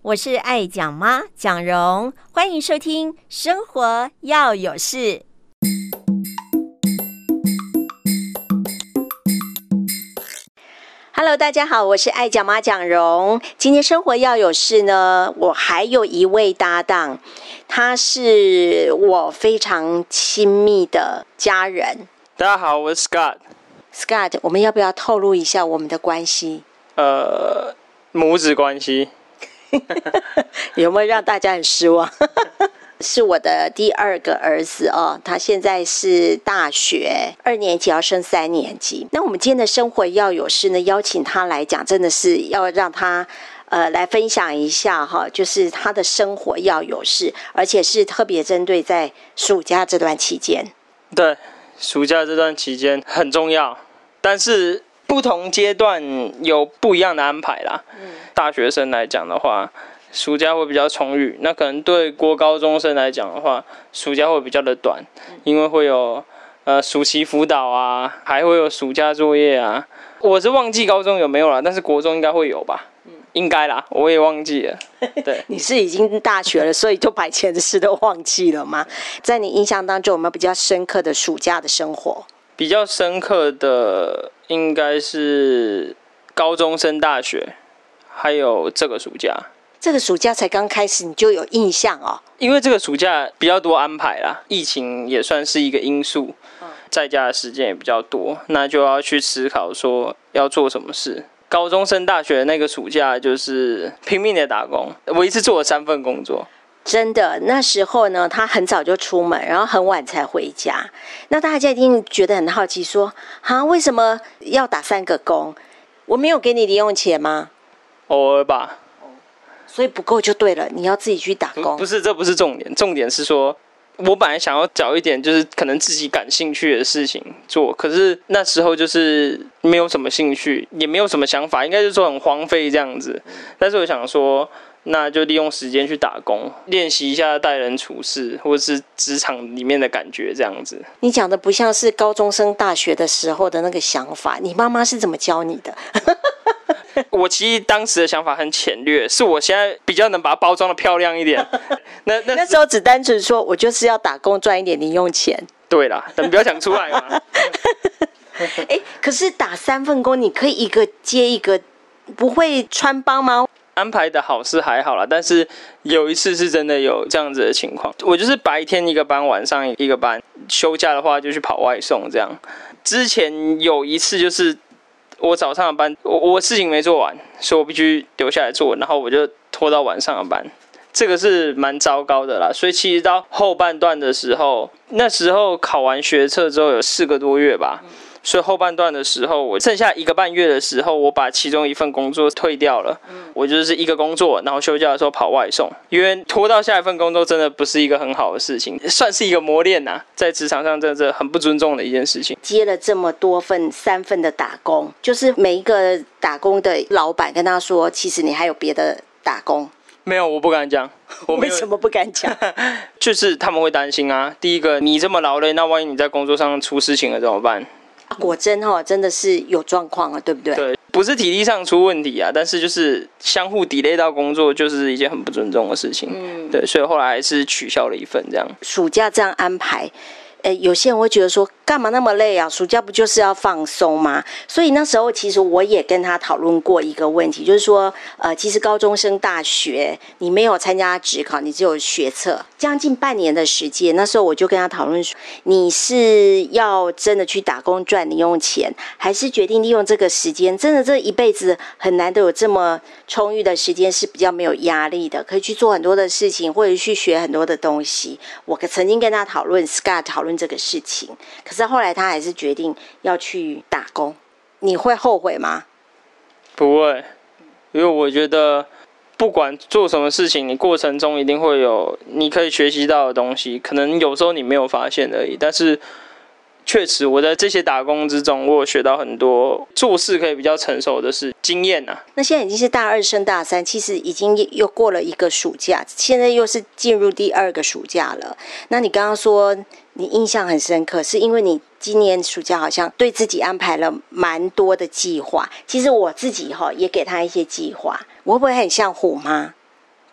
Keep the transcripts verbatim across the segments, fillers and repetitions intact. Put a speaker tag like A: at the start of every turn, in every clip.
A: 我是爱讲妈蒋蓉，欢迎收听《生活要有事》。Hello， 大家好，我是爱讲妈蒋蓉。今天生活要有事呢，我还有一位搭档，他是我非常亲密的家人。
B: 大家好，我是 Scott。Scott，
A: 我们要不要透露一下我们的关系？
B: 呃，母子关系。
A: 有没有让大家很失望？是我的第二个儿子哦，他现在是大学二年级，要升三年级。那我们今天的生活要有事呢，邀请他来讲，真的是要让他呃来分享一下哈，就是他的生活要有事，而且是特别针对在暑假这段期间。
B: 对，暑假这段期间很重要，但是不同阶段有不一样的安排啦。嗯，大学生来讲的话，暑假会比较充裕，那可能对国高中生来讲的话，暑假会比较的短，因为会有呃暑期辅导啊，还会有暑假作业啊。我是忘记高中有没有啦，但是国中应该会有吧，嗯、应该啦，我也忘记了。对，
A: 你是已经大学了，所以就把以前的事都忘记了吗？在你印象当中，有没有比较深刻的暑假的生活？
B: 比较深刻的应该是高中升大学，还有这个暑假。
A: 这个暑假才刚开始，你就有印象哦？
B: 因为这个暑假比较多安排啦，疫情也算是一个因素，在家的时间也比较多，那就要去思考说要做什么事。高中升大学的那个暑假就是拼命的打工，我一次做了三份工作。
A: 真的，那时候呢，他很早就出门，然后很晚才回家。那大家一定觉得很好奇，说：啊，为什么要打三个工？我没有给你零用钱吗？
B: 偶尔吧。
A: 所以不够就对了，你要自己去打工。
B: 不, 不是，这不是重点，重点是说，我本来想要找一点就是可能自己感兴趣的事情做，可是那时候就是没有什么兴趣，也没有什么想法，应该就是说很荒废这样子。但是我想说，那就利用时间去打工，练习一下待人处事，或者是职场里面的感觉这样子。
A: 你讲的不像是高中升大学的时候的那个想法，你妈妈是怎么教你的？
B: 我其实当时的想法很浅略，是我现在比较能把它包装的漂亮一点。那 那,
A: 那时候只单纯说我就是要打工赚一点零用钱。
B: 对啦，但不要讲出来嘛。
A: 欸，可是打三份工，你可以一个接一个，不会穿帮吗？
B: 安排的好是还好啦，但是有一次是真的有这样子的情况，我就是白天一个班，晚上一个班，休假的话就去跑外送这样。之前有一次就是我早上的班，我我事情没做完，所以我必须留下来做，然后我就拖到晚上的班，这个是蛮糟糕的啦。所以其实到后半段的时候，那时候考完学测之后有四个多月吧。所以后半段的时候，我剩下一个半月的时候，我把其中一份工作退掉了。嗯、我就是一个工作，然后休假的时候跑外送，因为拖到下一份工作真的不是一个很好的事情，算是一个磨练呐，在职场上真的很不尊重的一件事情。
A: 接了这么多份三份的打工，就是每一个打工的老板跟他说，其实你还有别的打工。
B: 没有，我不敢讲。我
A: 为什么不敢讲？
B: 就是他们会担心啊。第一个，你这么劳累，那万一你在工作上出事情了怎么办？
A: 果真哈，真的是有状况了，对不对？
B: 对，不是体力上出问题啊，但是就是相互 delay 到工作，就是一件很不尊重的事情。嗯，对，所以后来还是取消了一份这样。
A: 暑假这样安排，呃，有些人会觉得说，干嘛那么累啊？暑假不就是要放松吗？所以那时候其实我也跟他讨论过一个问题，就是说，呃，其实高中升大学，你没有参加指考，你只有学测，将近半年的时间。那时候我就跟他讨论说，你是要真的去打工赚零用钱，还是决定利用这个时间，真的这一辈子很难得有这么充裕的时间，是比较没有压力的，可以去做很多的事情，或者去学很多的东西。我曾经跟他讨论 Scott 讨论这个事情，可是后来他还是决定要去打工。你会后悔吗？
B: 不会，因为我觉得不管做什么事情，你过程中一定会有你可以学习到的东西，可能有时候你没有发现而已，但是确实我在这些打工之中，我有学到很多做事可以比较成熟的是经验啊。
A: 那现在已经是大二升大三，其实已经又过了一个暑假，现在又是进入第二个暑假了。那你刚刚说你印象很深刻，是因为你今年暑假好像对自己安排了蛮多的计划。其实我自己也给他一些计划，我会不会很像虎妈？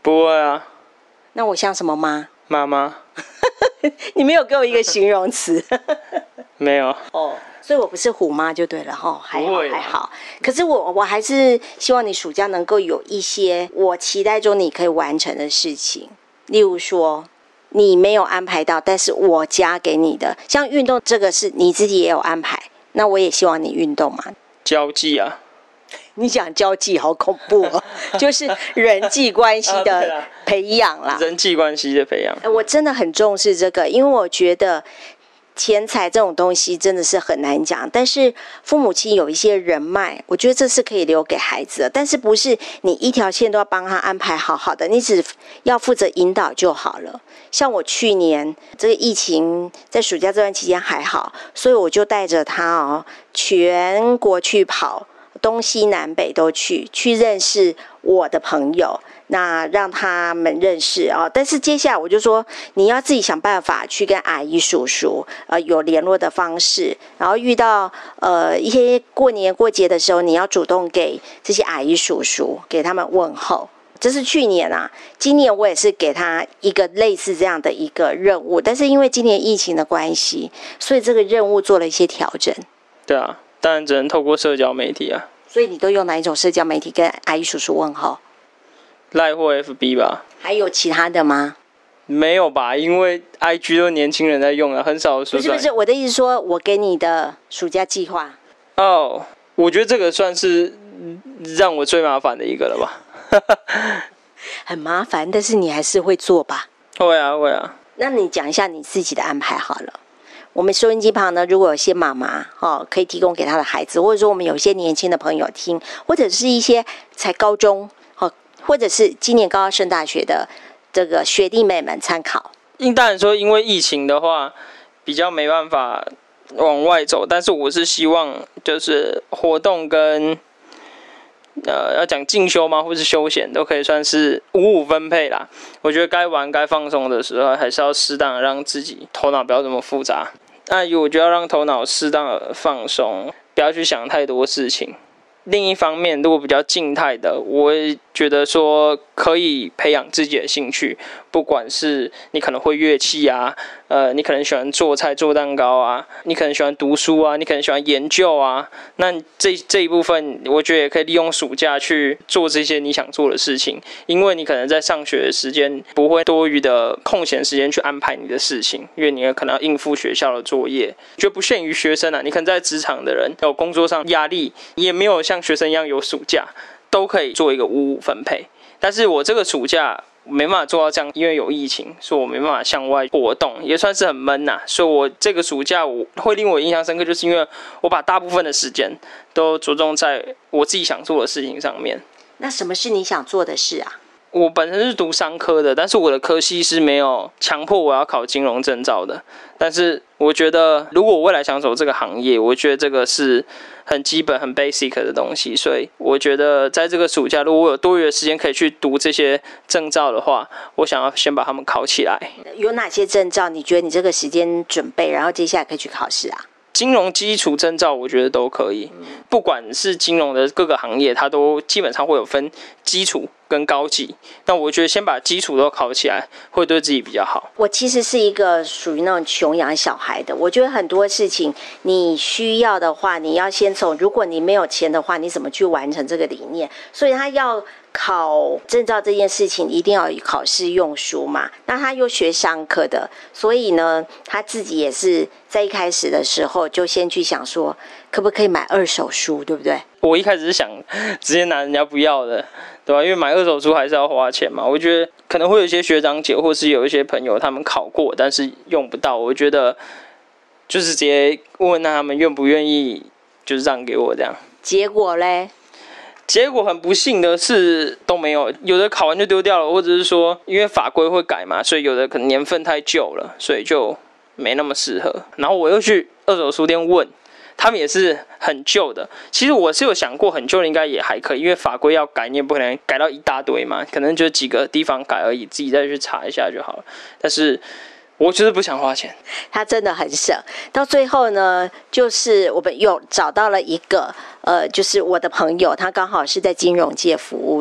B: 不会啊。
A: 那我像什么妈？
B: 妈妈。
A: 你没有给我一个形容词。
B: 没有。
A: 哦，所以我不是虎妈就对了哈，还好还好。可是我我还是希望你暑假能够有一些我期待中你可以完成的事情，例如说你没有安排到，但是我加给你的，像运动这个是你自己也有安排，那我也希望你运动嘛。
B: 交际啊。
A: 你讲交际好恐怖哦，就是人际关系的培养啦。
B: 人际关系的培养，
A: 我真的很重视这个，因为我觉得钱财这种东西真的是很难讲，但是父母亲有一些人脉，我觉得这是可以留给孩子的，但是不是你一条线都要帮他安排好好的，你只要负责引导就好了。像我去年这个疫情在暑假这段期间还好，所以我就带着他哦，全国去跑，东西南北都去，去认识我的朋友，那让他们认识啊、哦。但是接下来我就说，你要自己想办法去跟阿姨叔叔呃有联络的方式，然后遇到呃一些过年过节的时候，你要主动给这些阿姨叔叔给他们问候。这是去年啊，今年我也是给他一个类似这样的一个任务，但是因为今年疫情的关系，所以这个任务做了一些调整。
B: 对啊，当然只能透过社交媒体啊。
A: 所以你都用哪一种社交媒体跟阿姨叔叔问候？
B: Line 或 F B 吧。
A: 还有其他的吗？
B: 没有吧，因为 I G 都是年轻人在用的，很少说。
A: 不是不是，我的意思说，我给你的暑假计划。
B: 哦、oh, 我觉得这个算是让我最麻烦的一个了吧。
A: 很麻烦，但是你还是会做吧？
B: 会啊会啊。
A: 那你讲一下你自己的安排好了。我们收音机旁呢，如果有些妈妈哦，可以提供给她的孩子，或者说我们有一些年轻的朋友听，或者是一些才高中哦，或者是今年刚刚升大学的这个学弟妹们参考。
B: 当然说，因为疫情的话，比较没办法往外走，但是我是希望就是活动跟呃要讲进修吗，或是休闲，都可以算是五五分配啦。我觉得该玩该放松的时候，还是要适当的让自己头脑不要这么复杂。那我就要让头脑适当的放松，不要去想太多事情。另一方面，如果比较静态的，我也觉得说可以培养自己的兴趣，不管是你可能会乐器啊，呃，你可能喜欢做菜做蛋糕啊，你可能喜欢读书啊，你可能喜欢研究啊，那这这一部分，我觉得也可以利用暑假去做这些你想做的事情，因为你可能在上学的时间不会多余的空闲时间去安排你的事情，因为你也可能要应付学校的作业，就不限于学生啊，你可能在职场的人有工作上压力，也没有像学生一样有暑假，都可以做一个五五分配。但是我这个暑假没办法做到这样，因为有疫情，所以我没办法向外活动，也算是很闷呐、啊。所以我这个暑假我会令我印象深刻，就是因为我把大部分的时间都着重在我自己想做的事情上面。
A: 那什么是你想做的事啊？
B: 我本身是读商科的，但是我的科系是没有强迫我要考金融证照的。但是我觉得，如果我未来想走这个行业，我觉得这个是很基本、很 basic 的东西。所以我觉得，在这个暑假，如果我有多余的时间可以去读这些证照的话，我想要先把它们考起来。
A: 有哪些证照？你觉得你这个时间准备，然后接下来可以去考试啊？
B: 金融基础证照我觉得都可以，不管是金融的各个行业，它都基本上会有分基础跟高级。那我觉得先把基础都考起来，会对自己比较好。
A: 我其实是一个属于那种穷养小孩的，我觉得很多事情你需要的话，你要先从，如果你没有钱的话，你怎么去完成这个理念？所以他要考证照这件事情一定要考试用书嘛，那他又学商科的，所以呢他自己也是在一开始的时候就先去想说可不可以买二手书，对不对？
B: 我一开始是想直接拿人家不要的，对吧？因为买二手书还是要花钱嘛。我觉得可能会有一些学长姐或是有一些朋友他们考过但是用不到，我觉得就是直接问他们愿不愿意就是让给我这样。
A: 结果嘞？
B: 结果很不幸的是都没有，有的考完就丢掉了，或者是说因为法规会改嘛，所以有的可能年份太旧了，所以就没那么适合。然后我又去二手书店问，他们也是很旧的。其实我是有想过很旧的应该也还可以，因为法规要改，你也不可能改到一大堆嘛，可能就几个地方改而已，自己再去查一下就好了。但是我就是不想花钱。
A: 他真的很省。到最后呢，就是我们又找到了一个呃，就是我的朋友，他刚好是在金融界服务的，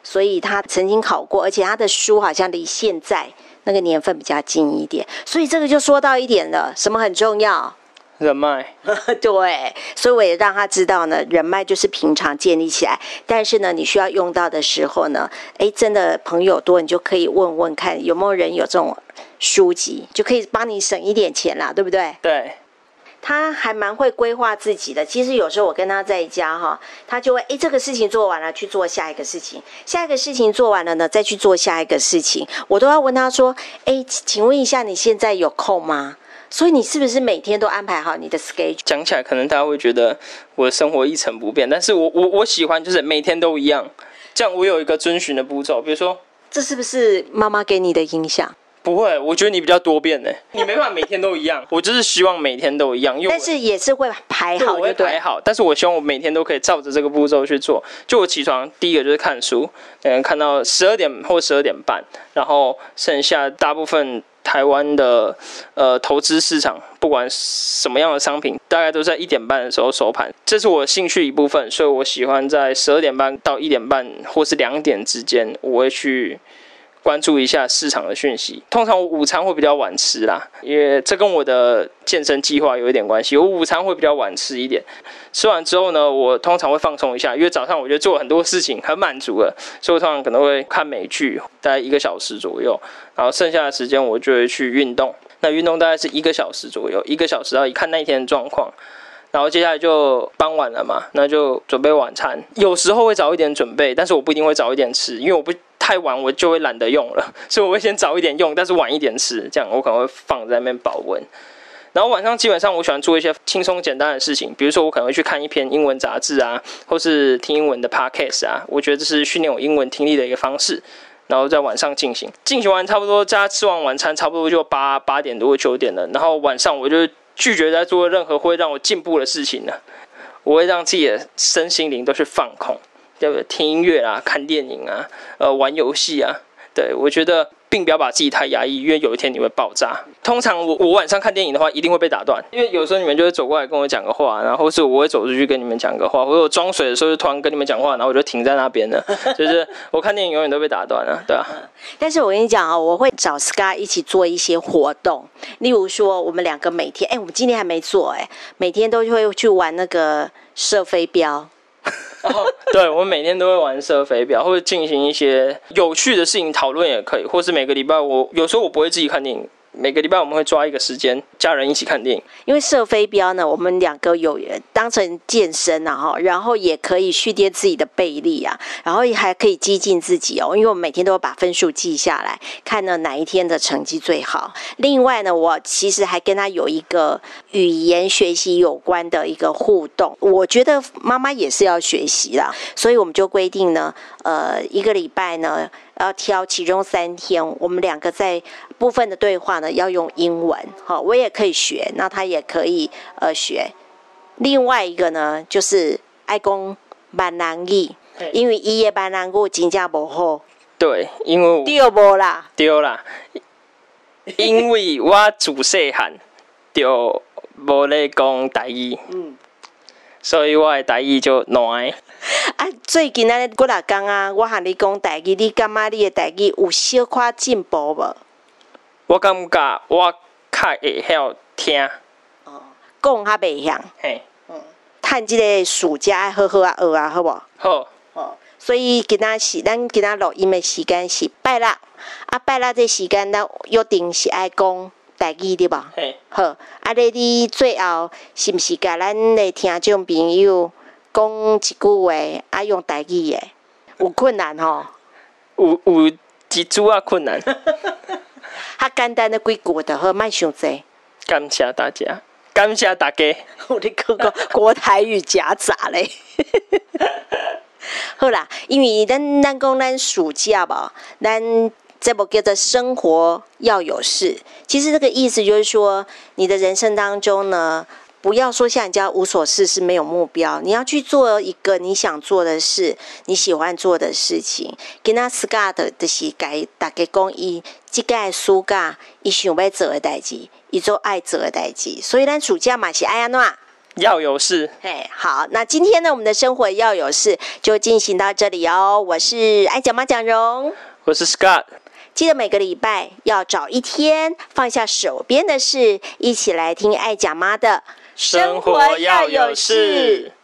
A: 所以他曾经考过，而且他的书好像离现在那个年份比较近一点，所以这个就说到一点了，什么很重要？
B: 人脉。
A: 对，所以我也让他知道呢，人脉就是平常建立起来，但是呢，你需要用到的时候呢，哎，真的朋友多，你就可以问问看有没有人有这种书籍，就可以帮你省一点钱啦，对不对？
B: 对。
A: 他还蛮会规划自己的。其实有时候我跟他在家哈，他就会哎，这个事情做完了，去做下一个事情，下一个事情做完了呢，再去做下一个事情。我都要问他说，哎，请问一下，你现在有空吗？所以你是不是每天都安排好你的 schedule？
B: 讲起来可能大家会觉得我的生活一成不变，但是我我我喜欢就是每天都一样，这样我有一个遵循的步骤。比如说，
A: 这是不是妈妈给你的影响？
B: 不会，我觉得你比较多变呢，你没办法每天都一样。我就是希望每天都一样，因为
A: 但是也是会排好，
B: 我会排好，但是我希望我每天都可以照着这个步骤去做。就我起床第一个就是看书，嗯，看到十二点或十二点半，然后剩下大部分台湾的呃投资市场，不管什么样的商品，大概都在一点半的时候收盘。这是我兴趣一部分，所以我喜欢在十二点半到一点半或是两点之间，我会去关注一下市场的讯息。通常我午餐会比较晚吃啦，因为这跟我的健身计划有一点关系。我午餐会比较晚吃一点，吃完之后呢，我通常会放松一下，因为早上我觉得做很多事情很满足了，所以我通常可能会看美剧，大概一个小时左右，然后剩下的时间我就会去运动。那运动大概是一个小时左右，一个小时要看那一天的状况。然后接下来就傍晚了嘛，那就准备晚餐。有时候会早一点准备，但是我不一定会早一点吃，因为我不太晚我就会懒得用了，所以我会先早一点用，但是晚一点吃，这样我可能会放在那边保温。然后晚上基本上我喜欢做一些轻松简单的事情，比如说我可能会去看一篇英文杂志啊，或是听英文的 podcast 啊，我觉得这是训练我英文听力的一个方式。然后在晚上进行，进行完差不多，大家吃完晚餐差不多就八八点多九点了，然后晚上我就拒绝在做任何会让我进步的事情了，我会让自己的身心灵都去放空，对不对？听音乐啊，看电影啊，呃，玩游戏啊，对，我觉得并不要把自己太压抑，因为有一天你会爆炸。通常我我晚上看电影的话，一定会被打断，因为有时候你们就会走过来跟我讲个话，然后是我会走出去跟你们讲个话，或者我装水的时候就突然跟你们讲话，然后我就停在那边了，就是我看电影永远都被打断了，对啊。
A: 但是我跟你讲啊，我会找 Scar 一起做一些活动，例如说我们两个每天，哎，我们今天还没做，哎，每天都会去玩那个射飞镖。
B: 哦，对，我们每天都会玩射飞镖，或者进行一些有趣的事情讨论也可以，或是每个礼拜我有时候我不会自己看电影，每个礼拜我们会抓一个时间，家人一起看电影。
A: 因为射飞镖呢，我们两个有当成健身啊，然后也可以训练自己的臂力啊，然后还可以激进自己哦。因为我们每天都会把分数记下来，看呢哪一天的成绩最好。另外呢，我其实还跟他有一个语言学习有关的一个互动，我觉得妈妈也是要学习啦，所以我们就规定呢，呃，一个礼拜呢要挑其中三天，我们两个在部分的对话呢要用英文，好，我也可以学，那他也可以呃学。另外一个呢，就是爱讲闽南语，因为伊的闽南语真正不好。
B: 对，因为
A: 对无啦？
B: 对啦，因为我自细汉就无咧讲台语，嗯，所以我的台语就烂。
A: 啊，最近啊，几若天啊，我和你讲台语，你感觉你的台语有小可进步无？
B: 我感觉我较会晓听，
A: 哦，讲较袂晓，
B: 嘿，
A: 嗯，趁即个暑假好好啊学啊，好无？
B: 好，
A: 哦，所以今仔是咱今仔录音的时间是拜六，啊拜六这时间咱约定是爱讲台语对无？
B: 嘿，
A: 好，啊咧你最后是毋是甲咱的听众朋友讲一句话，啊用台语的？有困难吼？
B: 有有一组啊困难。
A: 较简单的几句就好，莫伤济。
B: 感谢大家，感谢大家。
A: 我咧讲讲国台语夹杂咧。好啦，因为咱咱讲咱暑假吧，咱这部叫做生活要有事。其实这个意思就是说，你的人生当中呢，不要说像人家无所事事没有目标，你要去做一个你想做的事，你喜欢做的事情。今仔 Scar 就是甲大家讲伊即个暑假伊想要做的代志，伊做爱做的代志，所以咱暑假嘛是爱安怎
B: 要有事。
A: 哎，好，那今天呢，我们的生活要有事就进行到这里哦。我是爱讲妈蒋蓉，
B: 我是 Scott。
A: 记得每个礼拜要找一天放下手边的事，一起来听爱讲妈的
B: 生活要有事。